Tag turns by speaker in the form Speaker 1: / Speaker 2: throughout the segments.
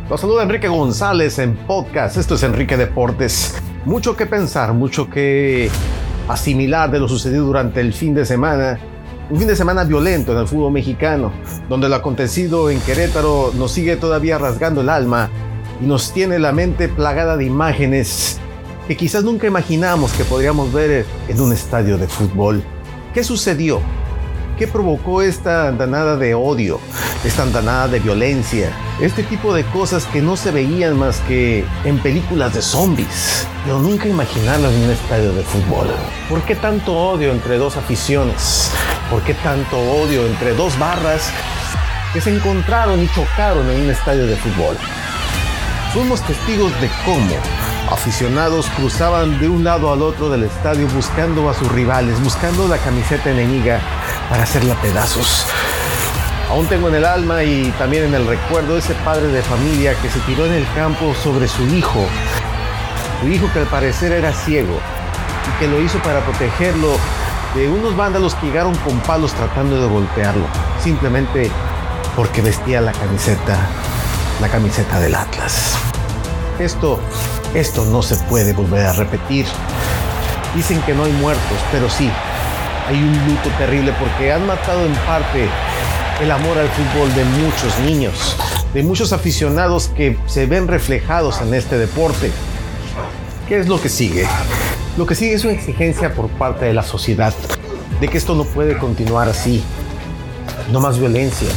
Speaker 1: Los saluda Enrique González en podcast. Esto es Enrique Deportes. Mucho que pensar, mucho que asimilar de lo sucedido durante el fin de semana. Un fin de semana violento en el fútbol mexicano, donde lo acontecido en Querétaro nos sigue todavía rasgando el alma y nos tiene la mente plagada de imágenes que quizás nunca imaginamos que podríamos ver en un estadio de fútbol. ¿Qué sucedió? ¿Qué provocó esta andanada de odio, esta andanada de violencia? Este tipo de cosas que no se veían más que en películas de zombies, pero nunca imaginarlo en un estadio de fútbol. ¿Por qué tanto odio entre dos aficiones? ¿Por qué tanto odio entre dos barras que se encontraron y chocaron en un estadio de fútbol? Fuimos testigos de cómo aficionados cruzaban de un lado al otro del estadio buscando a sus rivales, buscando la camiseta enemiga para hacerla pedazos. Aún tengo en el alma y también en el recuerdo ese padre de familia que se tiró en el campo sobre su hijo que al parecer era ciego y que lo hizo para protegerlo de unos vándalos que llegaron con palos tratando de golpearlo, simplemente porque vestía la camiseta del Atlas. Esto no se puede volver a repetir. Dicen que no hay muertos, pero sí, hay un luto terrible porque han matado en parte el amor al fútbol de muchos niños, de muchos aficionados que se ven reflejados en este deporte. ¿Qué es lo que sigue? Lo que sigue es una exigencia por parte de la sociedad de que esto no puede continuar así. No más violencia.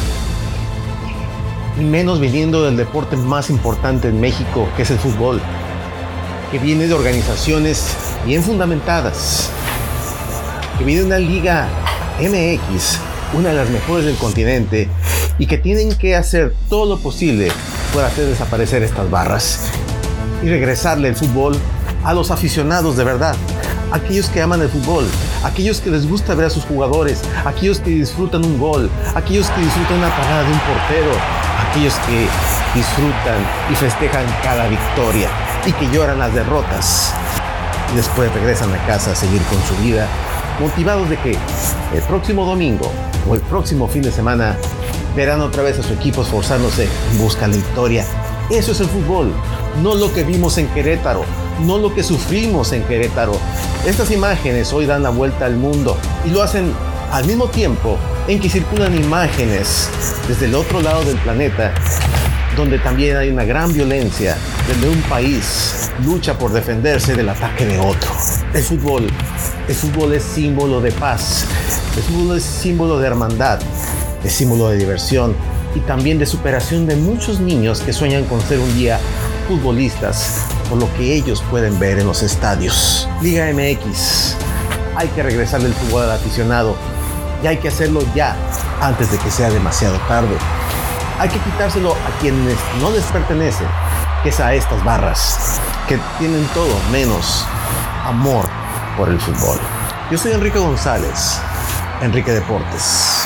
Speaker 1: Y menos viniendo del deporte más importante en México, que es el fútbol, que viene de organizaciones bien fundamentadas, que viene de una liga MX, una de las mejores del continente, y que tienen que hacer todo lo posible por hacer desaparecer estas barras y regresarle el fútbol a los aficionados de verdad, aquellos que aman el fútbol, aquellos que les gusta ver a sus jugadores, aquellos que disfrutan un gol, aquellos que disfrutan una parada de un portero, aquellos que disfrutan y festejan cada victoria y que lloran las derrotas y después regresan a casa a seguir con su vida, motivados de que el próximo domingo o el próximo fin de semana verán otra vez a su equipo esforzándose en busca de la victoria. Eso es el fútbol, no lo que vimos en Querétaro, no lo que sufrimos en Querétaro. Estas imágenes hoy dan la vuelta al mundo y lo hacen al mismo tiempo en que circulan imágenes desde el otro lado del planeta, donde también hay una gran violencia, donde un país lucha por defenderse del ataque de otro. El fútbol es símbolo de paz, el fútbol es símbolo de hermandad, es símbolo de diversión y también de superación de muchos niños que sueñan con ser un día futbolistas por lo que ellos pueden ver en los estadios. Liga MX, hay que regresarle el fútbol al aficionado y hay que hacerlo ya, antes de que sea demasiado tarde. Hay que quitárselo a quienes no les pertenecen, que es a estas barras que tienen todo menos amor por el fútbol. Yo soy Enrique González, Enrique Deportes.